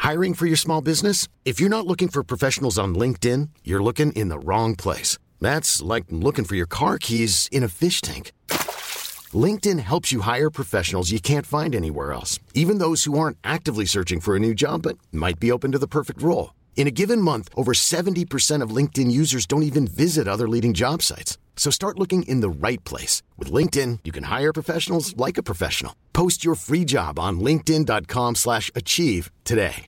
Hiring for your small business? If you're not looking for professionals on LinkedIn, you're looking in the wrong place. That's like looking for your car keys in a fish tank. LinkedIn helps you hire professionals you can't find anywhere else, even those who aren't actively searching for a new job but might be open to the perfect role. In a given month, over 70% of LinkedIn users don't even visit other leading job sites. So start looking in the right place. With LinkedIn, you can hire professionals like a professional. Post your free job on linkedin.com/achieve today.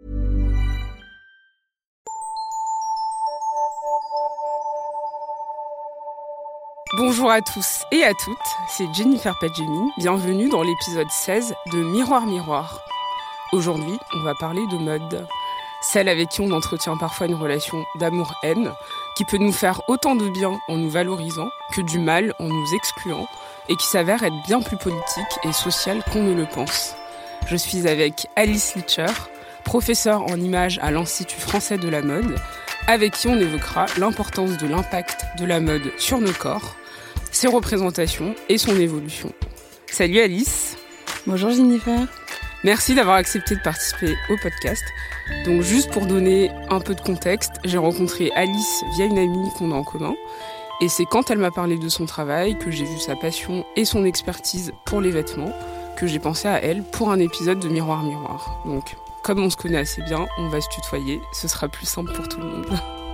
Bonjour à tous et à toutes, c'est Jennifer Padjemi. Bienvenue dans l'épisode 16 de Miroir Miroir. Aujourd'hui, on va parler de mode. Celle avec qui on entretient parfois une relation d'amour-haine, qui peut nous faire autant de bien en nous valorisant que du mal en nous excluant, et qui s'avère être bien plus politique et sociale qu'on ne le pense. Je suis avec Alice Litcher, professeure en images à l'Institut français de la mode, avec qui on évoquera l'importance de l'impact de la mode sur nos corps, ses représentations et son évolution. Salut Alice. Bonjour Jennifer. Merci d'avoir accepté de participer au podcast. Donc juste pour donner un peu de contexte, j'ai rencontré Alice via une amie qu'on a en commun. Et c'est quand elle m'a parlé de son travail que j'ai vu sa passion et son expertise pour les vêtements que j'ai pensé à elle pour un épisode de Miroir Miroir. Donc comme on se connaît assez bien, on va se tutoyer, ce sera plus simple pour tout le monde.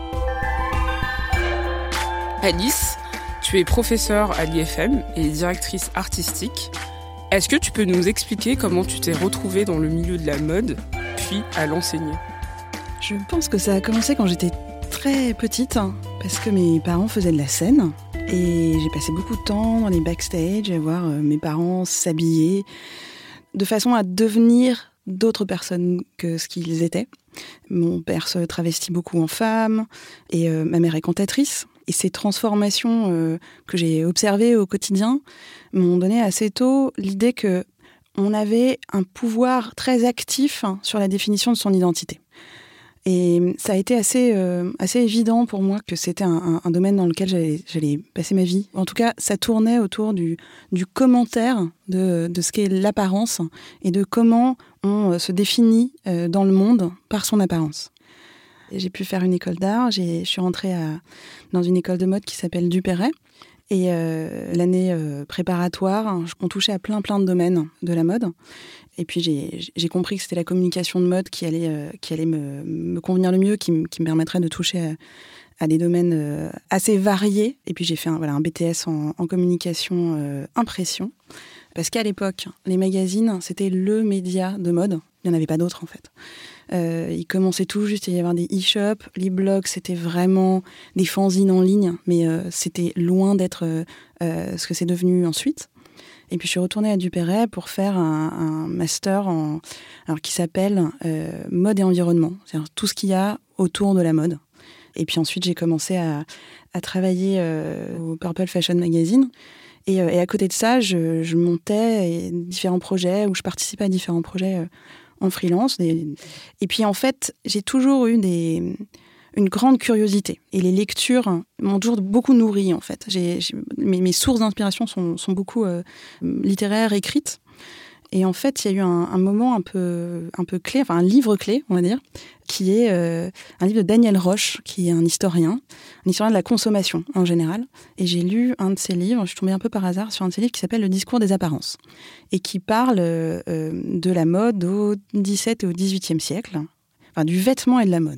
Alice, tu es professeure à l'IFM et directrice artistique. Est-ce que tu peux nous expliquer comment tu t'es retrouvée dans le milieu de la mode, puis à l'enseigner ? Je pense que ça a commencé quand j'étais très petite, parce que mes parents faisaient de la scène, et j'ai passé beaucoup de temps dans les backstage à voir mes parents s'habiller, de façon à devenir d'autres personnes que ce qu'ils étaient. Mon père se travestit beaucoup en femme, et ma mère est cantatrice. Et ces transformations que j'ai observées au quotidien m'ont donné assez tôt l'idée qu'on avait un pouvoir très actif sur la définition de son identité. Et ça a été assez évident pour moi que c'était un domaine dans lequel j'allais passer ma vie. En tout cas, ça tournait autour du commentaire de ce qu'est l'apparence et de comment on se définit dans le monde par son apparence. J'ai pu faire une école d'art, je suis rentrée dans une école de mode qui s'appelle Duperret. Et l'année préparatoire, on touchait à plein de domaines de la mode. Et puis j'ai compris que c'était la communication de mode qui allait me convenir le mieux, qui me permettrait de toucher à des domaines assez variés. Et puis j'ai fait un BTS en communication impression. Parce qu'à l'époque, les magazines, c'était le média de mode. Il n'y en avait pas d'autres, en fait. Il commençait tout juste à y avoir des e-shops. Les blogs, c'était vraiment des fanzines en ligne, mais c'était loin d'être ce que c'est devenu ensuite. Et puis, je suis retournée à Duperret pour faire un master qui s'appelle Mode et environnement. C'est-à-dire tout ce qu'il y a autour de la mode. Et puis ensuite, j'ai commencé à travailler au Purple Fashion Magazine. Et à côté de ça, je montais différents projets, ou je participais à différents projets en freelance. Et puis en fait, j'ai toujours eu une grande curiosité. Et les lectures m'ont toujours beaucoup nourrie en fait. Mes sources d'inspiration sont beaucoup littéraires, écrites. Et en fait, il y a eu un moment un peu clé, enfin un livre clé, on va dire, qui est un livre de Daniel Roche, qui est un historien de la consommation en général. Et j'ai lu un de ses livres, je suis tombée un peu par hasard sur un de ses livres qui s'appelle Le discours des apparences, et qui parle de la mode au XVIIe et au XVIIIe siècle, enfin du vêtement et de la mode,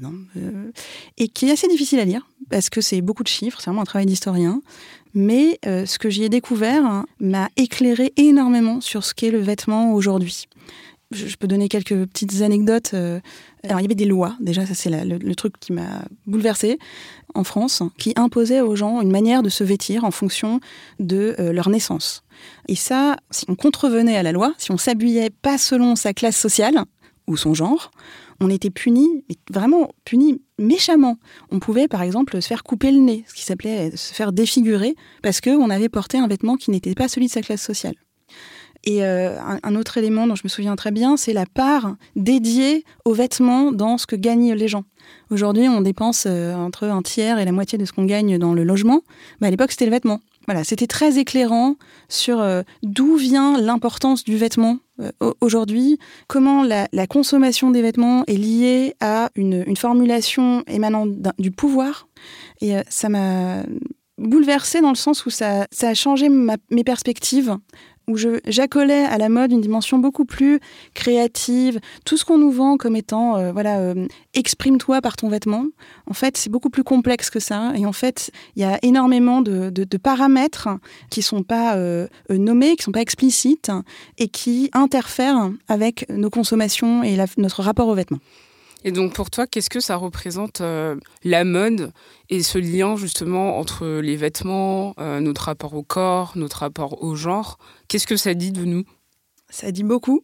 et qui est assez difficile à lire, parce que c'est beaucoup de chiffres, c'est vraiment un travail d'historien. Mais ce que j'y ai découvert m'a éclairé énormément sur ce qu'est le vêtement aujourd'hui. Je peux donner quelques petites anecdotes. Alors, il y avait des lois, déjà, ça c'est le truc qui m'a bouleversée, en France, qui imposaient aux gens une manière de se vêtir en fonction de leur naissance. Et ça, si on contrevenait à la loi, si on s'habillait pas selon sa classe sociale ou son genre, on était puni, vraiment puni méchamment. On pouvait, par exemple, se faire couper le nez, ce qui s'appelait se faire défigurer, parce qu'on avait porté un vêtement qui n'était pas celui de sa classe sociale. Et un autre élément dont je me souviens très bien, c'est la part dédiée aux vêtements dans ce que gagnent les gens. Aujourd'hui, on dépense entre un tiers et la moitié de ce qu'on gagne dans le logement. À l'époque, c'était le vêtement. Voilà, c'était très éclairant sur d'où vient l'importance du vêtement aujourd'hui, comment la consommation des vêtements est liée à une formulation émanant du pouvoir. Et ça m'a bouleversée dans le sens où ça a changé mes perspectives, où j'accolais à la mode une dimension beaucoup plus créative. Tout ce qu'on nous vend comme étant, exprime-toi par ton vêtement, en fait, c'est beaucoup plus complexe que ça. Et en fait, il y a énormément de paramètres qui ne sont pas nommés, qui ne sont pas explicites et qui interfèrent avec nos consommations et notre rapport aux vêtements. Et donc pour toi, qu'est-ce que ça représente la mode et ce lien justement entre les vêtements, notre rapport au corps, notre rapport au genre? Qu'est-ce que ça dit de nous? Ça dit beaucoup.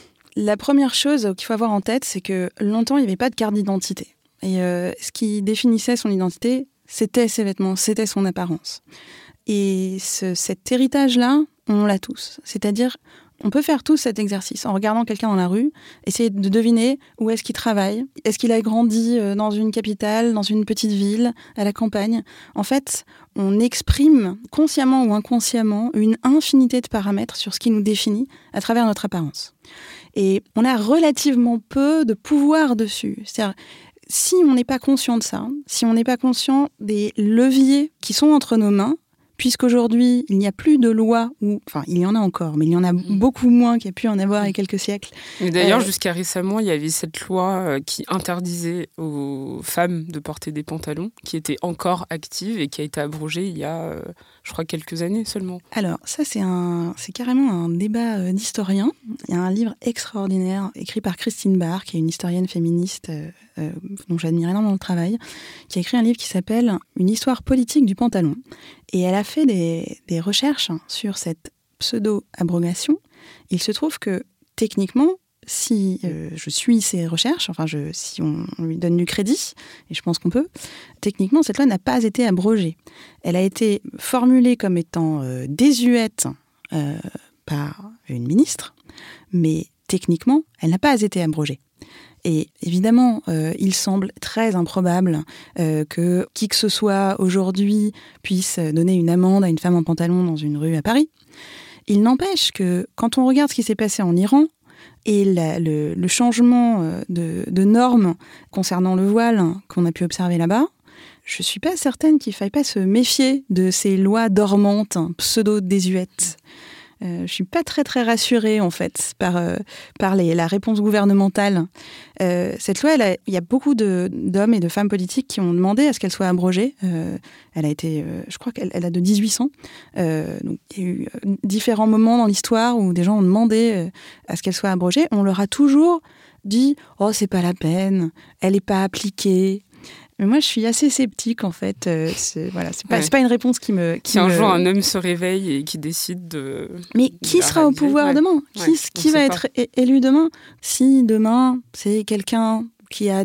La première chose qu'il faut avoir en tête, c'est que longtemps, il n'y avait pas de carte d'identité. Et ce qui définissait son identité, c'était ses vêtements, c'était son apparence. Et cet héritage-là, on l'a tous. C'est-à-dire, on peut faire tous cet exercice en regardant quelqu'un dans la rue, essayer de deviner où est-ce qu'il travaille, est-ce qu'il a grandi dans une capitale, dans une petite ville, à la campagne. En fait, on exprime consciemment ou inconsciemment une infinité de paramètres sur ce qui nous définit à travers notre apparence. Et on a relativement peu de pouvoir dessus. C'est-à-dire, si on n'est pas conscient de ça, si on n'est pas conscient des leviers qui sont entre nos mains, puisqu'aujourd'hui, il n'y a plus de loi, enfin, il y en a encore, mais il y en a beaucoup moins qu'il y a pu en avoir il y a quelques siècles. Et d'ailleurs, jusqu'à récemment, il y avait cette loi qui interdisait aux femmes de porter des pantalons, qui était encore active et qui a été abrogée il y a, je crois, quelques années seulement. Alors, ça, c'est carrément un débat d'historiens. Il y a un livre extraordinaire écrit par Christine Barr, qui est une historienne féministe dont j'admire énormément le travail, qui a écrit un livre qui s'appelle « Une histoire politique du pantalon ». Et elle a fait des recherches sur cette pseudo-abrogation. Il se trouve que, techniquement, si je suis ces recherches, si on lui donne du crédit, et je pense qu'on peut, techniquement, cette loi n'a pas été abrogée. Elle a été formulée comme étant désuète par une ministre, mais techniquement, elle n'a pas été abrogée. Et évidemment, il semble très improbable que qui que ce soit aujourd'hui puisse donner une amende à une femme en pantalon dans une rue à Paris. Il n'empêche que quand on regarde ce qui s'est passé en Iran et le changement de normes concernant le voile qu'on a pu observer là-bas, je ne suis pas certaine qu'il ne faille pas se méfier de ces lois dormantes, pseudo-désuètes. Je ne suis pas très très rassurée en fait par la réponse gouvernementale. Cette loi, il y a beaucoup d'hommes et de femmes politiques qui ont demandé à ce qu'elle soit abrogée. Elle a été, je crois qu'elle a de 1800. Donc il y a eu différents moments dans l'histoire où des gens ont demandé à ce qu'elle soit abrogée. On leur a toujours dit « Oh, c'est pas la peine, elle n'est pas appliquée ». Mais moi, je suis assez sceptique, en fait. C'est pas une réponse qui me... Si un jour un homme se réveille et qui décide de... Mais qui sera au pouvoir demain ? Qui va être élu demain ? Si demain, c'est quelqu'un qui a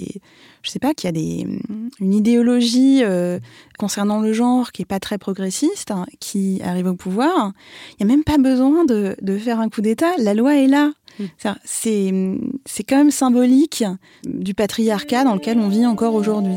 une idéologie concernant le genre qui n'est pas très progressiste, qui arrive au pouvoir, il n'y a même pas besoin de faire un coup d'État. La loi est là. C'est quand même symbolique du patriarcat dans lequel on vit encore aujourd'hui.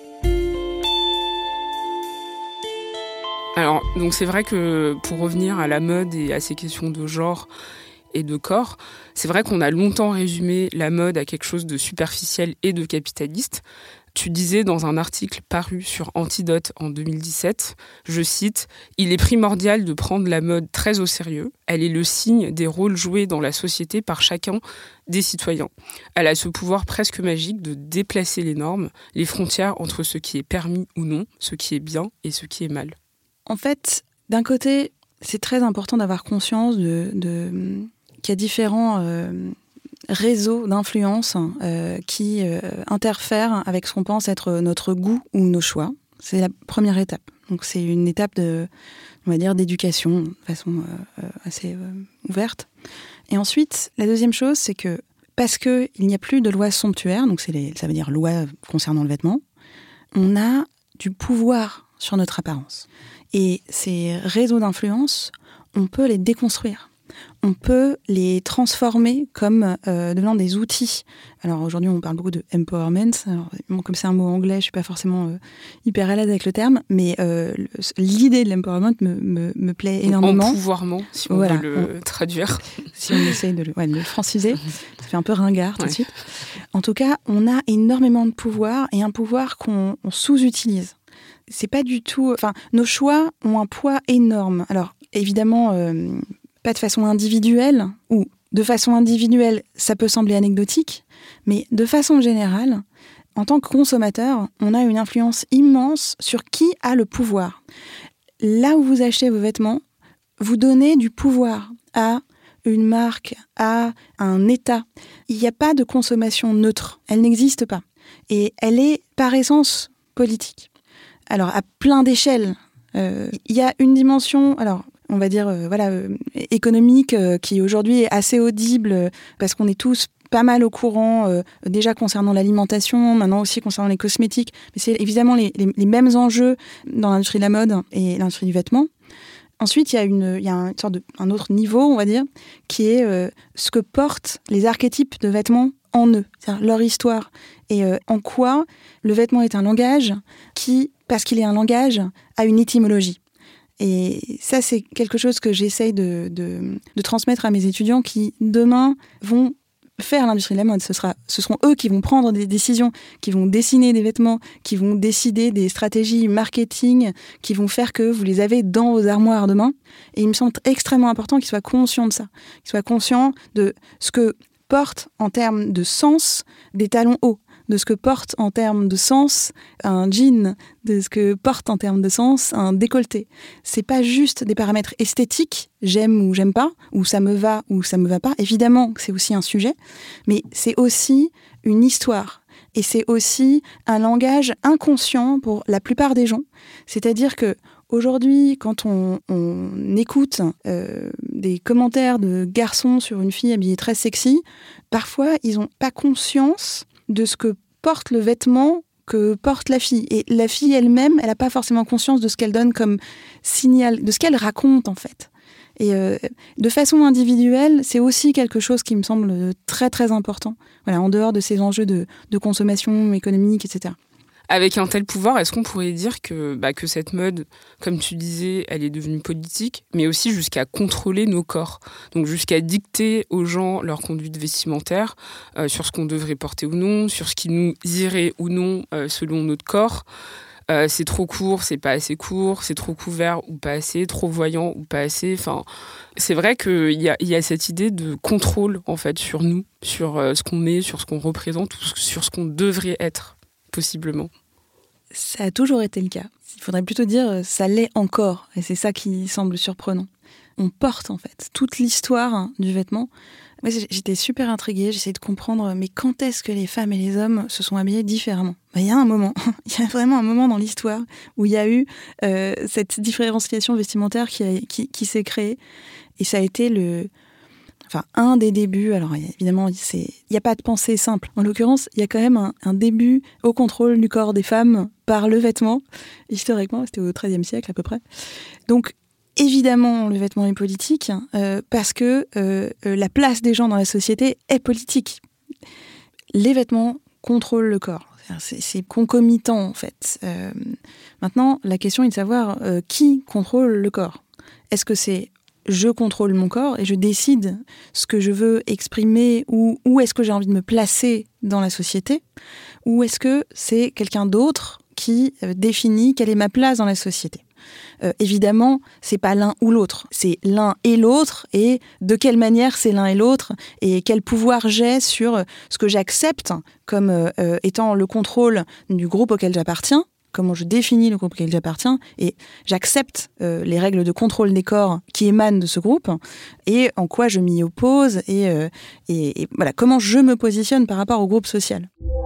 Alors, donc c'est vrai que pour revenir à la mode et à ces questions de genre et de corps, c'est vrai qu'on a longtemps résumé la mode à quelque chose de superficiel et de capitaliste. Tu disais dans un article paru sur Antidote en 2017, je cite, « Il est primordial de prendre la mode très au sérieux. Elle est le signe des rôles joués dans la société par chacun des citoyens. Elle a ce pouvoir presque magique de déplacer les normes, les frontières entre ce qui est permis ou non, ce qui est bien et ce qui est mal. » En fait, d'un côté, c'est très important d'avoir conscience qu'il y a différents... réseaux d'influence qui interfèrent avec ce qu'on pense être notre goût ou nos choix. C'est la première étape. Donc c'est une étape d'éducation de façon assez ouverte. Et ensuite, la deuxième chose, c'est que parce qu'il n'y a plus de loi somptuaire, donc ça veut dire loi concernant le vêtement, on a du pouvoir sur notre apparence. Et ces réseaux d'influence, on peut les déconstruire. on peut les transformer comme devenant des outils. Alors aujourd'hui, on parle beaucoup de empowerment. Alors, comme c'est un mot anglais, je ne suis pas forcément hyper à l'aise avec le terme, mais l'idée de l'empowerment me plaît énormément. Empouvoirment, si on veut le traduire. Si on essaye de le franciser, ça fait un peu ringard tout de suite. En tout cas, on a énormément de pouvoir, et un pouvoir qu'on sous-utilise. C'est pas du tout... Enfin, nos choix ont un poids énorme. Alors, évidemment, pas de façon individuelle, ou de façon individuelle, ça peut sembler anecdotique, mais de façon générale, en tant que consommateur, on a une influence immense sur qui a le pouvoir. Là où vous achetez vos vêtements, vous donnez du pouvoir à une marque, à un État. Il n'y a pas de consommation neutre. Elle n'existe pas. Et elle est par essence politique. Alors, à plein d'échelles. Il y a une dimension, alors, on va dire, économique, qui aujourd'hui est assez audible, parce qu'on est tous pas mal au courant, déjà concernant l'alimentation, maintenant aussi concernant les cosmétiques. Mais c'est évidemment les mêmes enjeux dans l'industrie de la mode et l'industrie du vêtement. Ensuite, il y a un autre niveau, on va dire, qui est ce que portent les archétypes de vêtements en eux, c'est-à-dire leur histoire, et en quoi le vêtement est un langage qui, parce qu'il est un langage, a une étymologie. Et ça, c'est quelque chose que j'essaye de transmettre à mes étudiants qui, demain, vont faire l'industrie de la mode. Ce seront eux qui vont prendre des décisions, qui vont dessiner des vêtements, qui vont décider des stratégies marketing, qui vont faire que vous les avez dans vos armoires demain. Et il me semble extrêmement important qu'ils soient conscients de ça, qu'ils soient conscients de ce que porte en termes de sens des talons hauts, de ce que porte en termes de sens un jean, de ce que porte en termes de sens un décolleté. C'est pas juste des paramètres esthétiques, j'aime ou j'aime pas, ou ça me va ou ça me va pas. Évidemment, c'est aussi un sujet, mais c'est aussi une histoire. Et c'est aussi un langage inconscient pour la plupart des gens. C'est-à-dire que aujourd'hui, quand on écoute des commentaires de garçons sur une fille habillée très sexy, parfois, ils n'ont pas conscience de ce que porte le vêtement que porte la fille. Et la fille elle-même, elle n'a pas forcément conscience de ce qu'elle donne comme signal, de ce qu'elle raconte en fait. Et de façon individuelle, c'est aussi quelque chose qui me semble très très important, voilà, en dehors de ces enjeux de consommation économique, etc. Avec un tel pouvoir, est-ce qu'on pourrait dire que cette mode, comme tu disais, elle est devenue politique, mais aussi jusqu'à contrôler nos corps, donc jusqu'à dicter aux gens leur conduite vestimentaire, sur ce qu'on devrait porter ou non, sur ce qui nous irait ou non selon notre corps. C'est trop court, c'est pas assez court, c'est trop couvert ou pas assez, trop voyant ou pas assez. Enfin, c'est vrai qu'il y a cette idée de contrôle en fait sur nous, sur ce qu'on est, sur ce qu'on représente, ou sur ce qu'on devrait être, possiblement. Ça a toujours été le cas. Il faudrait plutôt dire ça l'est encore, et c'est ça qui semble surprenant. On porte en fait toute l'histoire du vêtement. Moi, j'étais super intriguée, j'essayais de comprendre, mais quand est-ce que les femmes et les hommes se sont habillés différemment ? Il y a un moment, il y a vraiment un moment dans l'histoire où il y a eu cette différenciation vestimentaire qui s'est créée, et ça a été un des débuts. Alors évidemment, il n'y a pas de pensée simple. En l'occurrence, il y a quand même un début au contrôle du corps des femmes par le vêtement. Historiquement, c'était au XIIIe siècle à peu près. Donc, évidemment, le vêtement est politique parce que la place des gens dans la société est politique. Les vêtements contrôlent le corps. C'est concomitant, en fait. Maintenant, la question est de savoir qui contrôle le corps. Est-ce que c'est je contrôle mon corps et je décide ce que je veux exprimer ou où est-ce que j'ai envie de me placer dans la société, ou est-ce que c'est quelqu'un d'autre qui définit quelle est ma place dans la société ? Évidemment, c'est pas l'un ou l'autre, c'est l'un et l'autre, et de quelle manière c'est l'un et l'autre, et quel pouvoir j'ai sur ce que j'accepte comme étant le contrôle du groupe auquel j'appartiens, comment je définis le groupe auquel j'appartiens, et j'accepte les règles de contrôle des corps qui émanent de ce groupe, et en quoi je m'y oppose, et voilà, comment je me positionne par rapport au groupe social.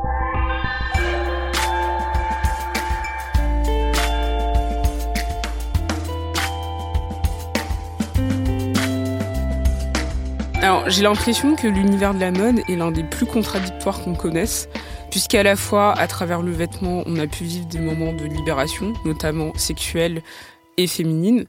Alors, j'ai l'impression que l'univers de la mode est l'un des plus contradictoires qu'on connaisse, puisqu'à la fois, à travers le vêtement, on a pu vivre des moments de libération, notamment sexuelle et féminine.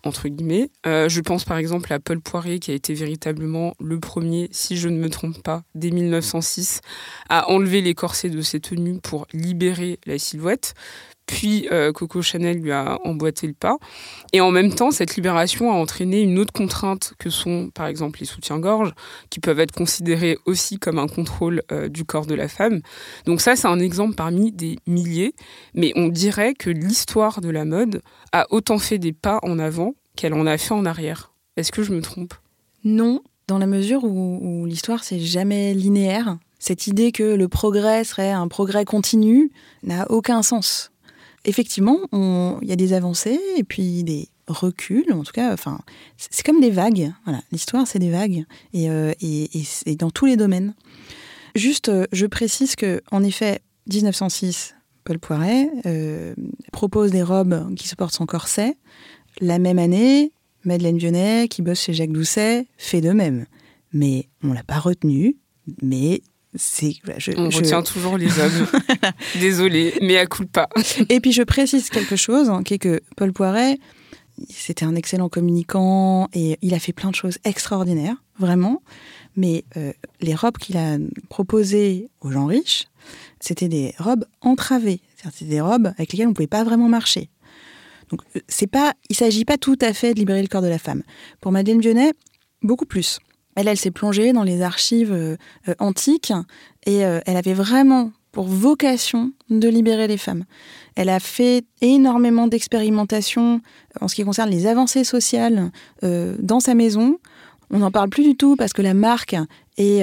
entre guillemets. Je pense par exemple à Paul Poiret, qui a été véritablement le premier, si je ne me trompe pas, dès 1906, à enlever les corsets de ses tenues pour libérer la silhouette. Puis Coco Chanel lui a emboîté le pas. Et en même temps, cette libération a entraîné une autre contrainte que sont, par exemple, les soutiens-gorge, qui peuvent être considérés aussi comme un contrôle du corps de la femme. Donc ça, c'est un exemple parmi des milliers. Mais on dirait que l'histoire de la mode a autant fait des pas en avant qu'elle en a fait en arrière. Est-ce que je me trompe ? Non, dans la mesure où l'histoire, c'est jamais linéaire. Cette idée que le progrès serait un progrès continu n'a aucun sens. Effectivement, il y a des avancées et puis des reculs. En tout cas, c'est comme des vagues. Voilà, l'histoire, c'est des vagues et c'est dans tous les domaines. Juste, je précise que, en effet, 1906, Paul Poiret propose des robes qui supportent son corset. La même année, Madeleine Vionnet, qui bosse chez Jacques Doucet, fait de même. Mais on l'a pas retenu. Mais on retient toujours les hommes. Désolée, mais à culpa. Et puis je précise quelque chose, qui est que Paul Poiret, c'était un excellent communicant et il a fait plein de choses extraordinaires, vraiment. Mais les robes qu'il a proposées aux gens riches, c'était des robes entravées. C'était des robes avec lesquelles on ne pouvait pas vraiment marcher. Donc il ne s'agit pas tout à fait de libérer le corps de la femme. Pour Madeleine Vionnet, beaucoup plus. Elle s'est plongée dans les archives antiques et elle avait vraiment pour vocation de libérer les femmes. Elle a fait énormément d'expérimentations en ce qui concerne les avancées sociales dans sa maison. On n'en parle plus du tout parce que la marque est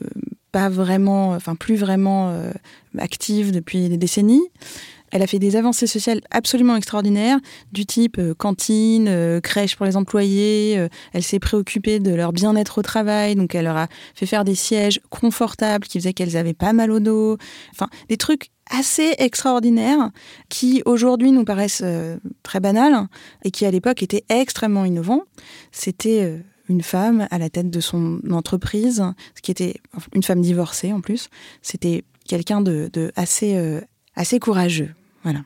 plus vraiment active depuis des décennies. Elle a fait des avancées sociales absolument extraordinaires, du type cantine, crèche pour les employés. Elle s'est préoccupée de leur bien-être au travail, donc elle leur a fait faire des sièges confortables qui faisaient qu'elles n'avaient pas mal au dos. Enfin, des trucs assez extraordinaires qui aujourd'hui nous paraissent très banals et qui à l'époque étaient extrêmement innovants. C'était une femme à la tête de son entreprise, ce qui était une femme divorcée en plus. C'était quelqu'un de assez courageux. Voilà.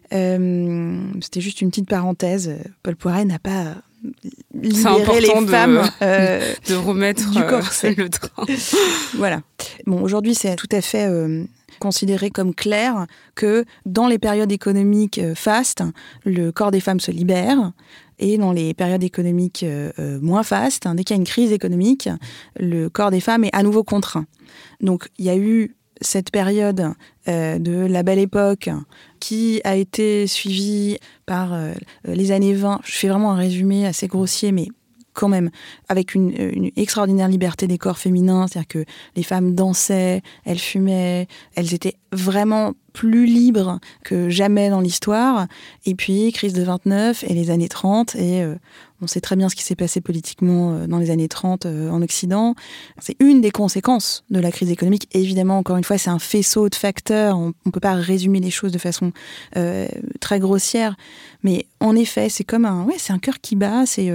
C'était juste une petite parenthèse. Paul Poiret n'a pas libéré les femmes de remettre du corset. Le train. Voilà. Bon, aujourd'hui, c'est tout à fait considéré comme clair que dans les périodes économiques fastes, le corps des femmes se libère. Et dans les périodes économiques moins fastes, dès qu'il y a une crise économique, le corps des femmes est à nouveau contraint. Donc, il y a eu cette période de la Belle Époque qui a été suivie par les années 20. Je fais vraiment un résumé assez grossier, mais quand même, avec une extraordinaire liberté des corps féminins. C'est-à-dire que les femmes dansaient, elles fumaient, elles étaient vraiment plus libres que jamais dans l'histoire. Et puis, crise de 29 et les années 30, et on sait très bien ce qui s'est passé politiquement dans les années 30 en Occident. C'est une des conséquences de la crise économique. Et évidemment, encore une fois, c'est un faisceau de facteurs. On ne peut pas résumer les choses de façon très grossière. Mais en effet, c'est comme c'est un cœur qui bat, c'est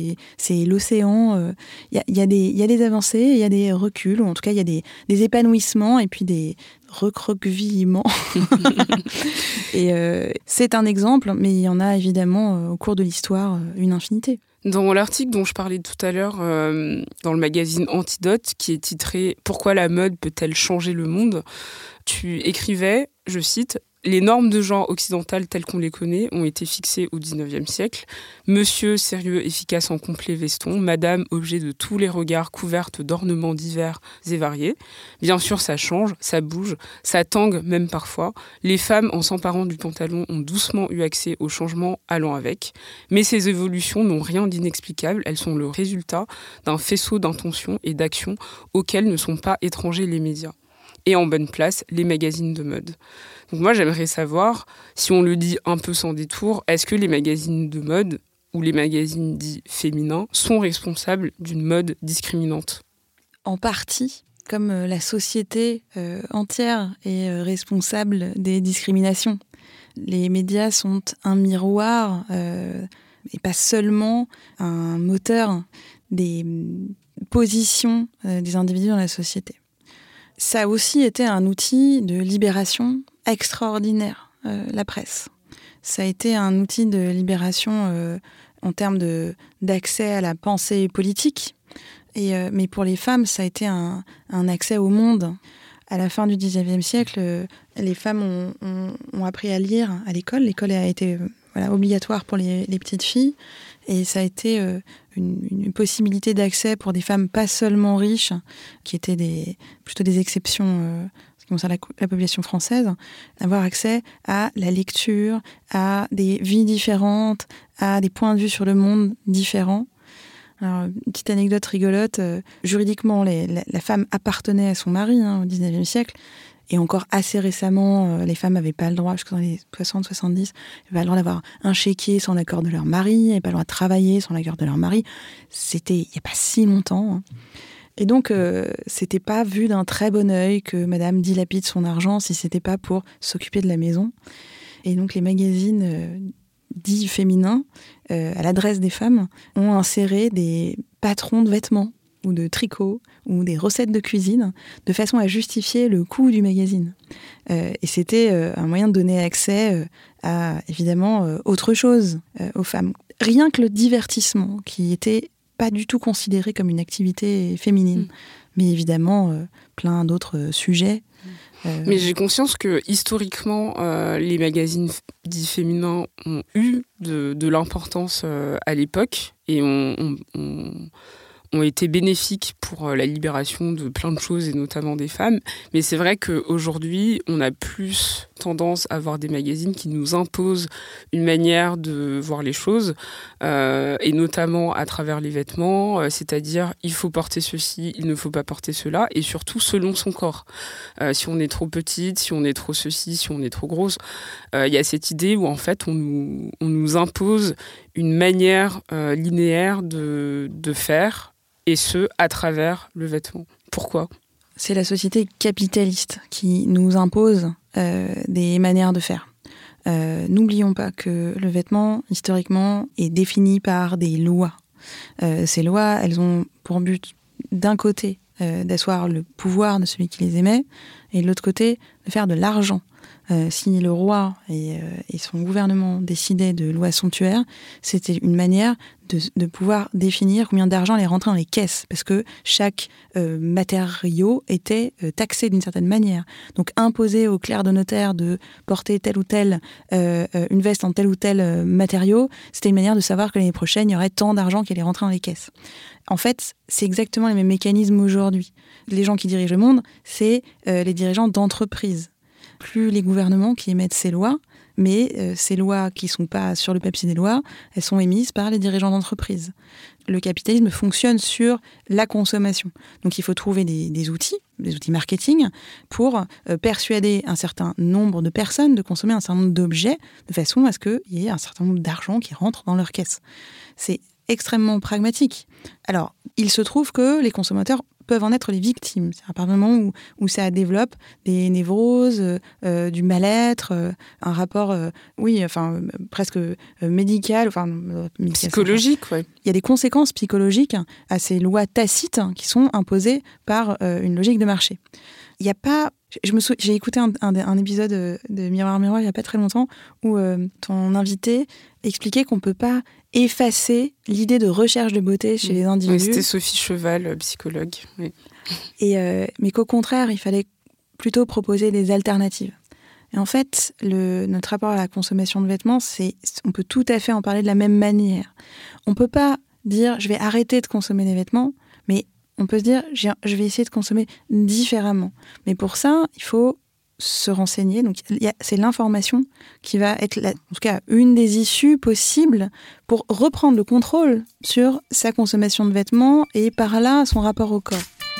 l'océan. Il y a des avancées, il y a des reculs, ou en tout cas, il y a des épanouissements et puis des recroquevillements. Et c'est un exemple, mais il y en a évidemment au cours de l'histoire une infinité. Dans l'article dont je parlais tout à l'heure, dans le magazine Antidote, qui est titré « Pourquoi la mode peut-elle changer le monde ?», tu écrivais, je cite, « Les normes de genre occidentales telles qu'on les connaît ont été fixées au XIXe siècle. Monsieur, sérieux, efficace en complet veston. Madame, objet de tous les regards, couverte d'ornements divers et variés. Bien sûr, ça change, ça bouge, ça tangue même parfois. Les femmes, en s'emparant du pantalon, ont doucement eu accès aux changements allant avec. Mais ces évolutions n'ont rien d'inexplicable. Elles sont le résultat d'un faisceau d'intentions et d'actions auxquelles ne sont pas étrangers les médias. Et en bonne place, les magazines de mode. » Donc moi, j'aimerais savoir, si on le dit un peu sans détour, est-ce que les magazines de mode ou les magazines dits féminins sont responsables d'une mode discriminante ? En partie, comme la société entière est responsable des discriminations. Les médias sont un miroir et pas seulement un moteur des positions des individus dans la société. Ça a aussi été un outil de libération extraordinaire, la presse. Ça a été un outil de libération en termes d'accès à la pensée politique. Mais pour les femmes, ça a été un accès au monde. À la fin du XIXe siècle, les femmes ont appris à lire à l'école. L'école a été obligatoire pour les petites filles. Et ça a été une possibilité d'accès pour des femmes pas seulement riches, qui étaient plutôt des exceptions en ce qui concerne la population française, avoir accès à la lecture, à des vies différentes, à des points de vue sur le monde différents. Alors, une petite anecdote rigolote, juridiquement, la femme appartenait à son mari au XIXe siècle, et encore assez récemment, les femmes n'avaient pas le droit, jusqu'à dans les 60-70, n'avaient pas le droit d'avoir un chéquier sans l'accord de leur mari, n'avaient pas le droit de travailler sans l'accord de leur mari. C'était il n'y a pas si longtemps. Et donc, c'était pas vu d'un très bon œil que madame dilapide son argent si c'était pas pour s'occuper de la maison. Et donc, les magazines dits féminins, à l'adresse des femmes, ont inséré des patrons de vêtements ou de tricot ou des recettes de cuisine de façon à justifier le coût du magazine. Et c'était un moyen de donner accès à, évidemment, autre chose aux femmes. Rien que le divertissement, qui était pas du tout considéré comme une activité féminine. Mais évidemment, plein d'autres sujets. Mais j'ai conscience que, historiquement, les magazines dits féminins ont eu de l'importance à l'époque et ont été bénéfiques pour la libération de plein de choses et notamment des femmes. Mais c'est vrai qu'aujourd'hui, on a plus tendance à avoir des magazines qui nous imposent une manière de voir les choses, et notamment à travers les vêtements, c'est-à-dire il faut porter ceci, il ne faut pas porter cela, et surtout selon son corps. Si on est trop petite, si on est trop ceci, si on est trop grosse, il y a cette idée où en fait on nous impose une manière linéaire de faire, et ce, à travers le vêtement. Pourquoi ? C'est la société capitaliste qui nous impose des manières de faire. N'oublions pas que le vêtement, historiquement, est défini par des lois. Ces lois, elles ont pour but, d'un côté, d'asseoir le pouvoir de celui qui les émet, et de l'autre côté, de faire de l'argent. Si le roi et son gouvernement décidaient de lois somptuaires, c'était une manière de pouvoir définir combien d'argent allait rentrer dans les caisses, parce que chaque matériau était taxé d'une certaine manière. Donc imposer au clerc de notaire de porter tel ou tel une veste en tel ou tel matériau, c'était une manière de savoir que l'année prochaine, il y aurait tant d'argent qui allait rentrer dans les caisses. En fait, c'est exactement les mêmes mécanismes aujourd'hui. Les gens qui dirigent le monde, c'est les dirigeants d'entreprises. Plus les gouvernements qui émettent ces lois, mais ces lois qui ne sont pas sur le papier des lois, elles sont émises par les dirigeants d'entreprise. Le capitalisme fonctionne sur la consommation. Donc il faut trouver des outils marketing, pour persuader un certain nombre de personnes de consommer un certain nombre d'objets, de façon à ce qu'il y ait un certain nombre d'argent qui rentre dans leur caisse. C'est extrêmement pragmatique. Alors, il se trouve que les consommateurs peuvent en être les victimes. C'est à partir du moment où ça développe des névroses, du mal-être, un rapport, presque médical, psychologique, oui. Il y a des conséquences psychologiques à ces lois tacites qui sont imposées par une logique de marché. Il n'y a pas... J'ai écouté un épisode de Miroir Miroir il n'y a pas très longtemps où ton invité expliquait qu'on ne peut pas effacer l'idée de recherche de beauté chez les individus. Oui, c'était Sophie Cheval, psychologue. Oui. Mais qu'au contraire, il fallait plutôt proposer des alternatives. Et en fait, notre rapport à la consommation de vêtements, on peut tout à fait en parler de la même manière. On ne peut pas dire « je vais arrêter de consommer des vêtements », mais on peut se dire « je vais essayer de consommer différemment ». Mais pour ça, il faut se renseigner. Donc, c'est l'information qui va être, en tout cas, une des issues possibles pour reprendre le contrôle sur sa consommation de vêtements et par là, son rapport au corps.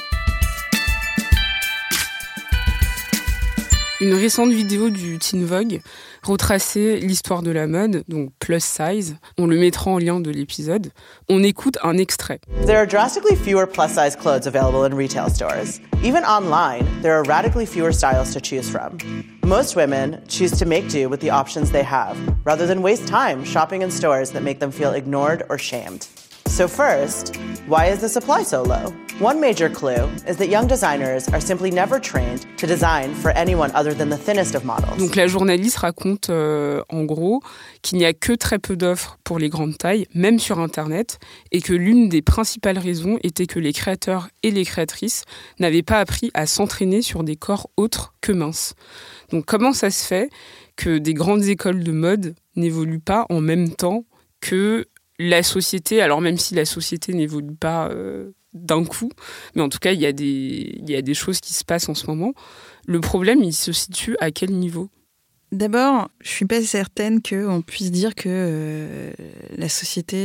Une récente vidéo du Teen Vogue retraçait l'histoire de la mode, donc plus size. On le mettra en lien de l'épisode. On écoute un extrait. There are drastically fewer plus-size clothes available in retail stores. Even online, there are radically fewer styles to choose from. Most women choose to make do with the options they have, rather than waste time shopping in stores that make them feel ignored or shamed. So first, why is the supply so low? One major clue is that young designers are simply never trained to design for anyone other than the thinnest of models. Donc la journaliste raconte en gros qu'il n'y a que très peu d'offres pour les grandes tailles, même sur Internet, et que l'une des principales raisons était que les créateurs et les créatrices n'avaient pas appris à s'entraîner sur des corps autres que minces. Donc comment ça se fait que des grandes écoles de mode n'évoluent pas en même temps que la société, alors même si la société n'évolue pas d'un coup, mais en tout cas, il y a des choses qui se passent en ce moment. Le problème, il se situe à quel niveau ? D'abord, je ne suis pas certaine qu'on puisse dire que la société...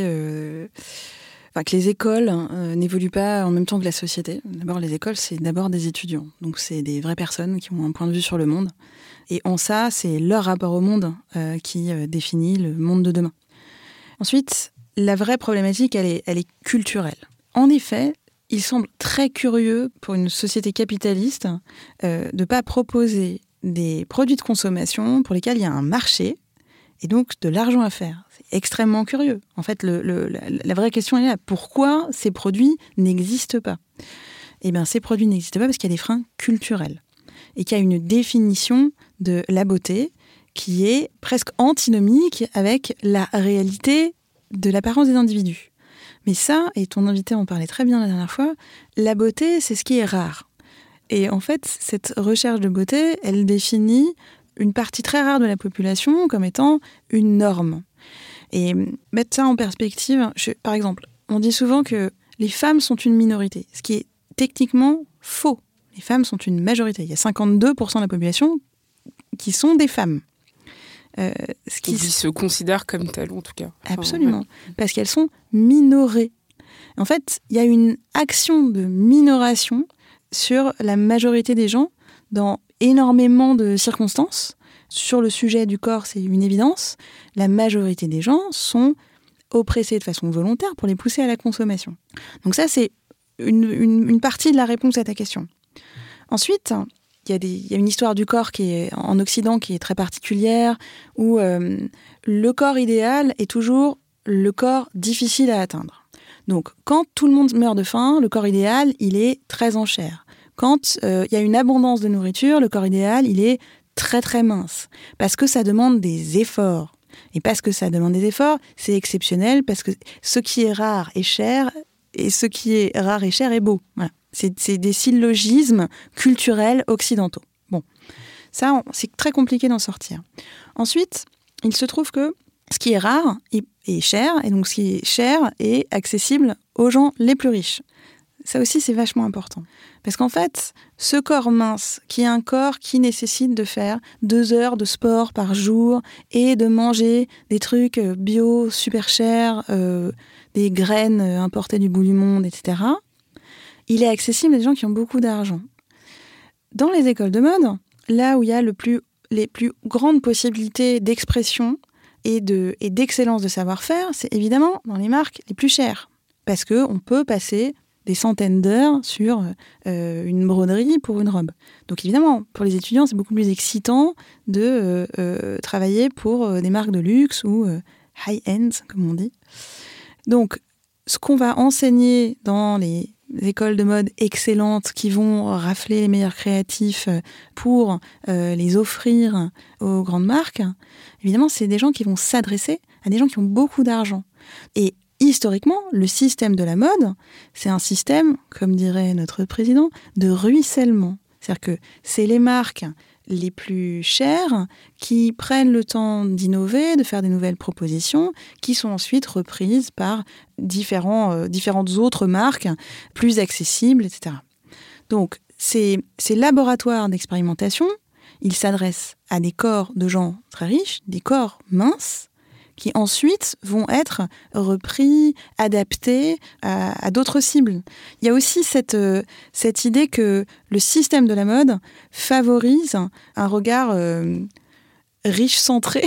que les écoles n'évoluent pas en même temps que la société. D'abord, les écoles, c'est d'abord des étudiants. Donc, c'est des vraies personnes qui ont un point de vue sur le monde. Et en ça, c'est leur rapport au monde qui définit le monde de demain. Ensuite, la vraie problématique, elle est culturelle. En effet, il semble très curieux pour une société capitaliste de ne pas proposer des produits de consommation pour lesquels il y a un marché et donc de l'argent à faire. C'est extrêmement curieux. En fait, la vraie question est là. Pourquoi ces produits n'existent pas ? Eh bien, ces produits n'existent pas parce qu'il y a des freins culturels et qu'il y a une définition de la beauté qui est presque antinomique avec la réalité de l'apparence des individus. Mais ça, et ton invité en parlait très bien la dernière fois, la beauté, c'est ce qui est rare. Et en fait, cette recherche de beauté, elle définit une partie très rare de la population comme étant une norme. Et mettre ça en perspective, par exemple, on dit souvent que les femmes sont une minorité, ce qui est techniquement faux. Les femmes sont une majorité. Il y a 52% de la population qui sont des femmes. Qui se considèrent comme telles, en tout cas. Absolument, parce qu'elles sont minorées. En fait, il y a une action de minoration sur la majorité des gens dans énormément de circonstances. Sur le sujet du corps, c'est une évidence. La majorité des gens sont oppressés de façon volontaire pour les pousser à la consommation. Donc ça, c'est une partie de la réponse à ta question. Ensuite, il y a une histoire du corps qui est en Occident qui est très particulière, où le corps idéal est toujours le corps difficile à atteindre. Donc, quand tout le monde meurt de faim, le corps idéal, il est très en chair. Quand il y a une abondance de nourriture, le corps idéal, il est très très mince. Parce que ça demande des efforts. Et parce que ça demande des efforts, c'est exceptionnel, parce que ce qui est rare est cher, et ce qui est rare et cher est beau. Voilà. C'est des syllogismes culturels occidentaux. Bon, ça, c'est très compliqué d'en sortir. Ensuite, il se trouve que ce qui est rare est cher, et donc ce qui est cher est accessible aux gens les plus riches. Ça aussi, c'est vachement important. Parce qu'en fait, ce corps mince, qui est un corps qui nécessite de faire 2 heures de sport par jour et de manger des trucs bio super chers, des graines importées du bout du monde, etc., il est accessible à des gens qui ont beaucoup d'argent. Dans les écoles de mode, là où il y a les plus grandes possibilités d'expression et d'excellence de savoir-faire, c'est évidemment dans les marques les plus chères. Parce qu'on peut passer des centaines d'heures sur une broderie pour une robe. Donc évidemment, pour les étudiants, c'est beaucoup plus excitant de travailler pour des marques de luxe ou high-end, comme on dit. Donc, ce qu'on va enseigner dans les écoles de mode excellentes qui vont rafler les meilleurs créatifs pour les offrir aux grandes marques, évidemment, c'est des gens qui vont s'adresser à des gens qui ont beaucoup d'argent. Et historiquement, le système de la mode, c'est un système, comme dirait notre président, de ruissellement. C'est-à-dire que c'est les marques les plus chères qui prennent le temps d'innover, de faire des nouvelles propositions, qui sont ensuite reprises par différentes autres marques plus accessibles, etc. Donc, ces laboratoires d'expérimentation, ils s'adressent à des corps de gens très riches, des corps minces, qui ensuite vont être repris, adaptés à d'autres cibles. Il y a aussi cette idée que le système de la mode favorise un regard riche-centré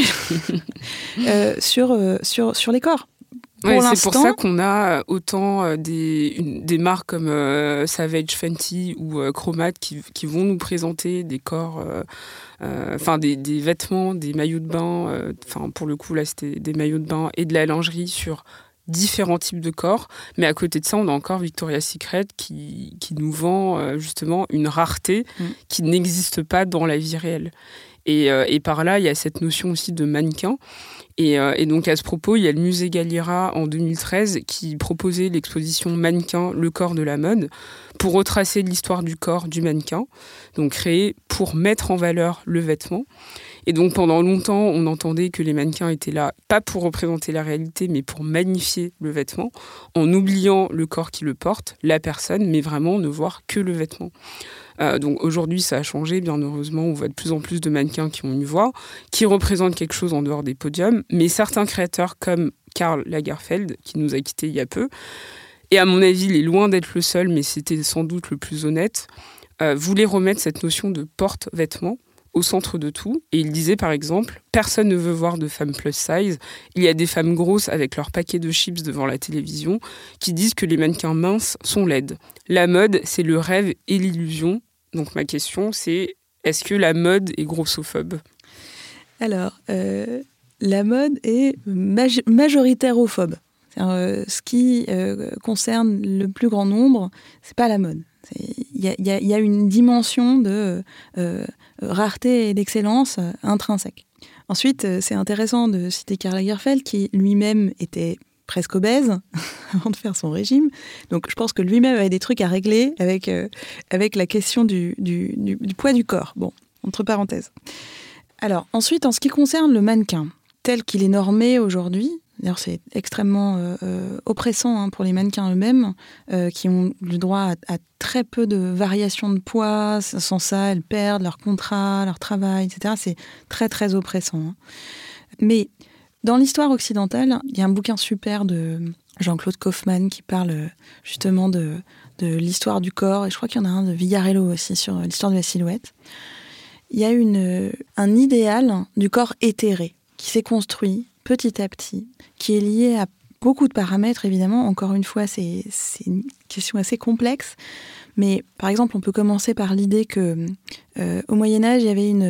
sur les corps. C'est pour ça qu'on a autant des marques comme Savage Fenty ou Chromat qui vont nous présenter des corps, des vêtements, des maillots de bain. Pour le coup, là, c'était des maillots de bain et de la lingerie sur différents types de corps. Mais à côté de ça, on a encore Victoria's Secret qui nous vend justement une rareté qui n'existe pas dans la vie réelle. Et par là, il y a cette notion aussi de mannequin. Et donc, à ce propos, il y a le musée Galliera en 2013 qui proposait l'exposition Mannequin, le corps de la mode, pour retracer l'histoire du corps du mannequin, donc créé pour mettre en valeur le vêtement. Et donc, pendant longtemps, on entendait que les mannequins étaient là, pas pour représenter la réalité, mais pour magnifier le vêtement, en oubliant le corps qui le porte, la personne, mais vraiment ne voir que le vêtement. Donc aujourd'hui, ça a changé, bien heureusement. On voit de plus en plus de mannequins qui ont une voix, qui représentent quelque chose en dehors des podiums. Mais certains créateurs, comme Karl Lagerfeld, qui nous a quittés il y a peu, et à mon avis, il est loin d'être le seul, mais c'était sans doute le plus honnête, voulait remettre cette notion de porte-vêtements au centre de tout. Et il disait, par exemple, « Personne ne veut voir de femmes plus size. Il y a des femmes grosses avec leur paquet de chips devant la télévision qui disent que les mannequins minces sont laides. La mode, c'est le rêve et l'illusion. » Donc ma question, c'est est-ce que la mode est grossophobe ? Alors, la mode est majoritérophobe. Ce qui concerne le plus grand nombre, c'est pas la mode. Il y a une dimension de rareté et d'excellence intrinsèque. Ensuite, c'est intéressant de citer Karl Lagerfeld, qui lui-même était presque obèse avant de faire son régime. Donc, je pense que lui-même avait des trucs à régler avec la question du poids du corps. Bon, entre parenthèses. Alors, ensuite, en ce qui concerne le mannequin, tel qu'il est normé aujourd'hui, d'ailleurs, c'est extrêmement oppressant pour les mannequins eux-mêmes, qui ont le droit à très peu de variations de poids. Sans ça, elles perdent leur contrat, leur travail, etc. C'est très, très oppressant. Mais dans l'histoire occidentale, il y a un bouquin super de Jean-Claude Kaufmann qui parle justement de l'histoire du corps, et je crois qu'il y en a un de Villarello aussi sur l'histoire de la silhouette. Il y a un idéal du corps éthéré qui s'est construit petit à petit, qui est lié à beaucoup de paramètres, évidemment. Encore une fois, c'est une question assez complexe. Mais par exemple, on peut commencer par l'idée que au Moyen-Âge, il y avait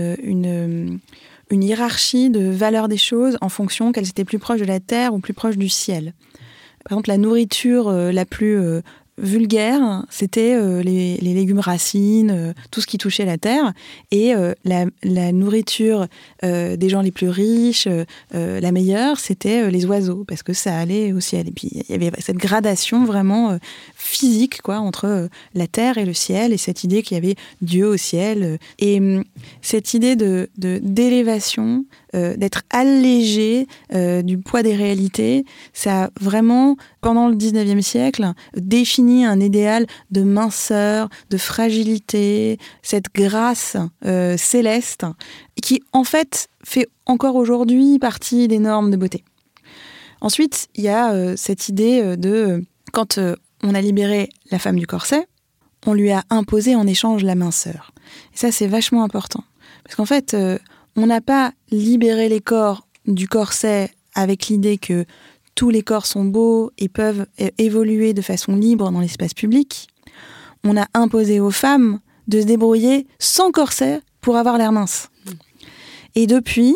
une hiérarchie de valeur des choses en fonction qu'elles étaient plus proches de la terre ou plus proches du ciel. Par exemple, la nourriture la plus vulgaire, c'était les légumes racines, tout ce qui touchait la terre. Et la nourriture des gens les plus riches, la meilleure, c'était les oiseaux, parce que ça allait au ciel. Et puis, il y avait cette gradation vraiment physique, quoi, entre la terre et le ciel, et cette idée qu'il y avait Dieu au ciel. Et cette idée d'élévation, d'être allégé du poids des réalités, ça a vraiment, pendant le 19e siècle, défini un idéal de minceur, de fragilité, cette grâce céleste qui, en fait, fait encore aujourd'hui partie des normes de beauté. Ensuite, il y a cette idée quand on a libéré la femme du corset, on lui a imposé en échange la minceur. Et ça, c'est vachement important. Parce qu'en fait, on n'a pas libéré les corps du corset avec l'idée que tous les corps sont beaux et peuvent évoluer de façon libre dans l'espace public. On a imposé aux femmes de se débrouiller sans corset pour avoir l'air mince. Et depuis,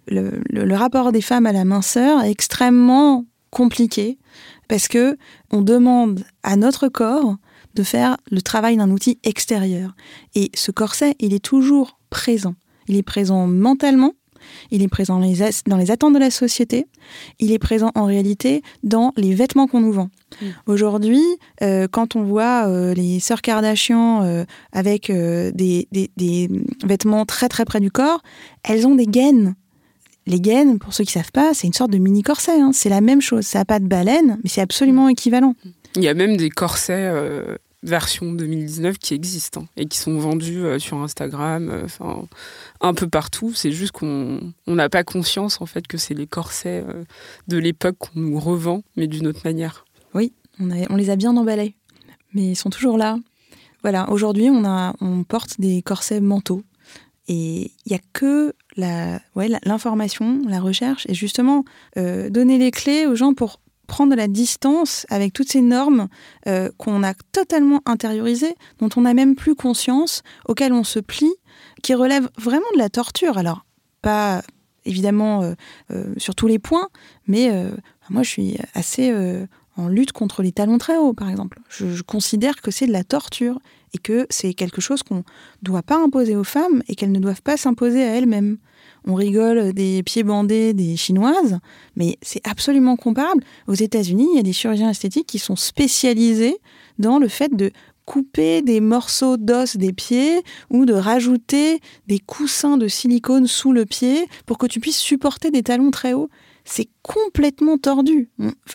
le rapport des femmes à la minceur est extrêmement compliqué parce que on demande à notre corps de faire le travail d'un outil extérieur. Et ce corset, il est toujours présent. Il est présent mentalement, il est présent dans les attentes de la société, il est présent en réalité dans les vêtements qu'on nous vend. Aujourd'hui, quand on voit les sœurs Kardashian avec des vêtements très très près du corps, elles ont des gaines. Les gaines, pour ceux qui ne savent pas, c'est une sorte de mini-corset. C'est la même chose. Ça n'a pas de baleine, mais c'est absolument équivalent. Il y a même des corsets version 2019 qui existent et qui sont vendus sur Instagram, un peu partout. C'est juste qu'on n'a pas conscience en fait que c'est les corsets de l'époque qu'on nous revend, mais d'une autre manière. Oui, on les a bien emballés, mais ils sont toujours là. Voilà, aujourd'hui, on porte des corsets manteaux. Et il n'y a que l'information, la recherche, et justement donner les clés aux gens pour prendre de la distance avec toutes ces normes qu'on a totalement intériorisées, dont on n'a même plus conscience, auxquelles on se plie, qui relèvent vraiment de la torture. Alors, pas évidemment sur tous les points, mais moi je suis assez en lutte contre les talons très hauts, par exemple. Je considère que c'est de la torture et que c'est quelque chose qu'on ne doit pas imposer aux femmes et qu'elles ne doivent pas s'imposer à elles-mêmes. On rigole des pieds bandés des Chinoises, mais c'est absolument comparable. Aux États-Unis, il y a des chirurgiens esthétiques qui sont spécialisés dans le fait de couper des morceaux d'os des pieds ou de rajouter des coussins de silicone sous le pied pour que tu puisses supporter des talons très hauts. C'est complètement tordu.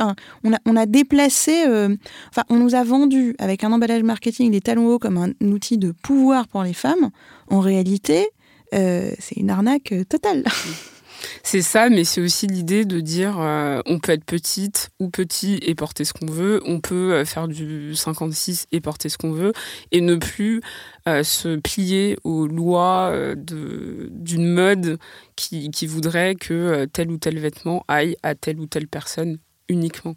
On a déplacé... on nous a vendu, avec un emballage marketing, les talons hauts comme un outil de pouvoir pour les femmes. En réalité, c'est une arnaque totale. C'est ça, mais c'est aussi l'idée de dire on peut être petite ou petit et porter ce qu'on veut, on peut faire du 56 et porter ce qu'on veut, et ne plus se plier aux lois d'une mode qui voudrait que tel ou tel vêtement aille à telle ou telle personne uniquement.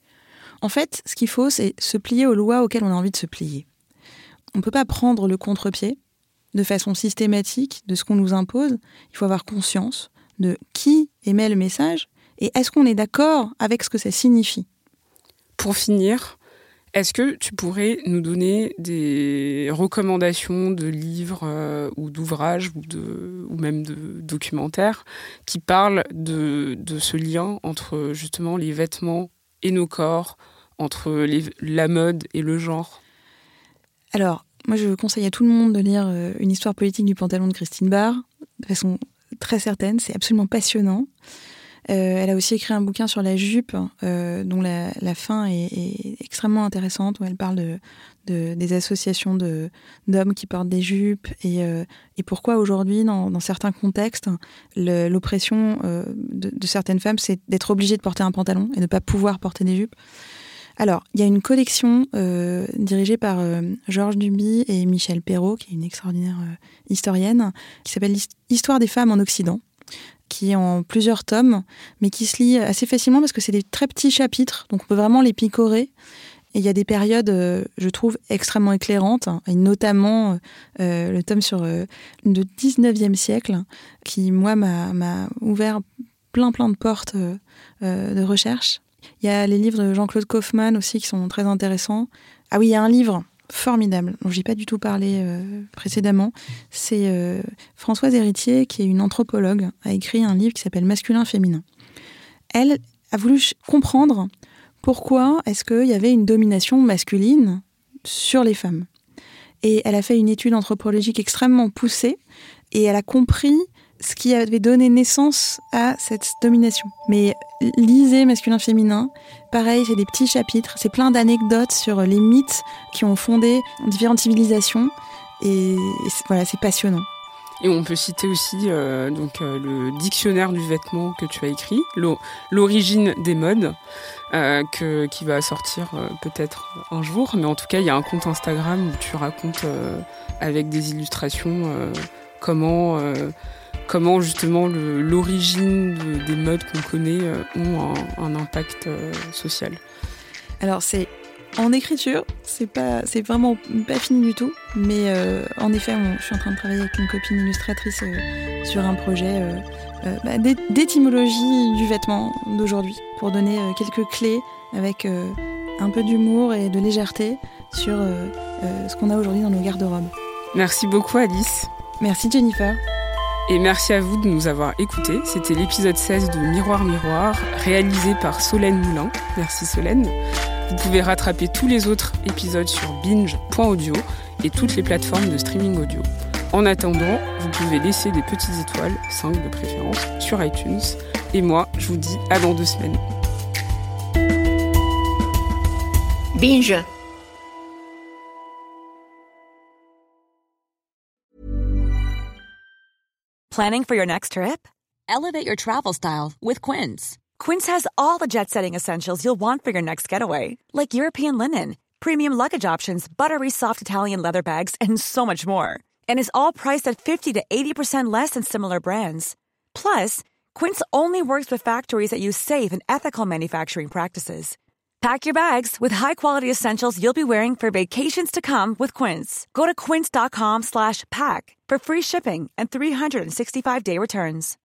En fait, ce qu'il faut, c'est se plier aux lois auxquelles on a envie de se plier. On ne peut pas prendre le contre-pied de façon systématique de ce qu'on nous impose. Il faut avoir conscience de qui émet le message et est-ce qu'on est d'accord avec ce que ça signifie. Pour finir, est-ce que tu pourrais nous donner des recommandations de livres ou d'ouvrages ou même de documentaires qui parlent de ce lien entre justement les vêtements et nos corps, entre la mode et le genre ? Alors, moi je conseille à tout le monde de lire Une histoire politique du pantalon de Christine Barr, de façon très certaine, c'est absolument passionnant. Elle a aussi écrit un bouquin sur la jupe, dont la fin est extrêmement intéressante, où elle parle des associations d'hommes qui portent des jupes et pourquoi aujourd'hui, dans certains contextes, l'oppression de certaines femmes, c'est d'être obligée de porter un pantalon et de ne pas pouvoir porter des jupes. Alors, il y a une collection dirigée par Georges Duby et Michel Perrault, qui est une extraordinaire historienne, qui s'appelle « Histoire des femmes en Occident », qui est en plusieurs tomes, mais qui se lit assez facilement parce que c'est des très petits chapitres, donc on peut vraiment les picorer. Et il y a des périodes, je trouve, extrêmement éclairantes, et notamment le tome sur le 19e siècle, qui, moi, m'a ouvert plein de portes de recherche. Il y a les livres de Jean-Claude Kaufmann aussi qui sont très intéressants. Ah oui, il y a un livre formidable dont je n'ai pas du tout parlé précédemment. C'est Françoise Héritier, qui est une anthropologue, a écrit un livre qui s'appelle Masculin-Féminin. Elle a voulu comprendre pourquoi est-ce qu'il y avait une domination masculine sur les femmes. Et elle a fait une étude anthropologique extrêmement poussée et elle a compris ce qui avait donné naissance à cette domination. Mais lisez Masculin-Féminin, pareil, c'est des petits chapitres, c'est plein d'anecdotes sur les mythes qui ont fondé différentes civilisations, et voilà, c'est passionnant. Et on peut citer aussi le dictionnaire du vêtement que tu as écrit, l'origine des modes, qui va sortir peut-être un jour, mais en tout cas, il y a un compte Instagram où tu racontes avec des illustrations comment justement l'origine des modes qu'on connaît ont un impact social. Alors c'est en écriture, c'est vraiment pas fini du tout, mais en effet, je suis en train de travailler avec une copine illustratrice sur un projet d'étymologie du vêtement d'aujourd'hui, pour donner quelques clés avec un peu d'humour et de légèreté sur ce qu'on a aujourd'hui dans nos garde-robes. Merci beaucoup Alice. Merci Jennifer. Et merci à vous de nous avoir écoutés. C'était l'épisode 16 de Miroir Miroir, réalisé par Solène Moulin. Merci Solène. Vous pouvez rattraper tous les autres épisodes sur binge.audio et toutes les plateformes de streaming audio. En attendant, vous pouvez laisser des petites étoiles, 5 de préférence, sur iTunes. Et moi, je vous dis à dans 2 semaines. Binge. Planning for your next trip? Elevate your travel style with Quince. Quince has all the jet-setting essentials you'll want for your next getaway, like European linen, premium luggage options, buttery soft Italian leather bags, and so much more. And is all priced at 50 to 80% less than similar brands. Plus, Quince only works with factories that use safe and ethical manufacturing practices. Pack your bags with high-quality essentials you'll be wearing for vacations to come with Quince. Go to quince.com/pack for free shipping and 365-day returns.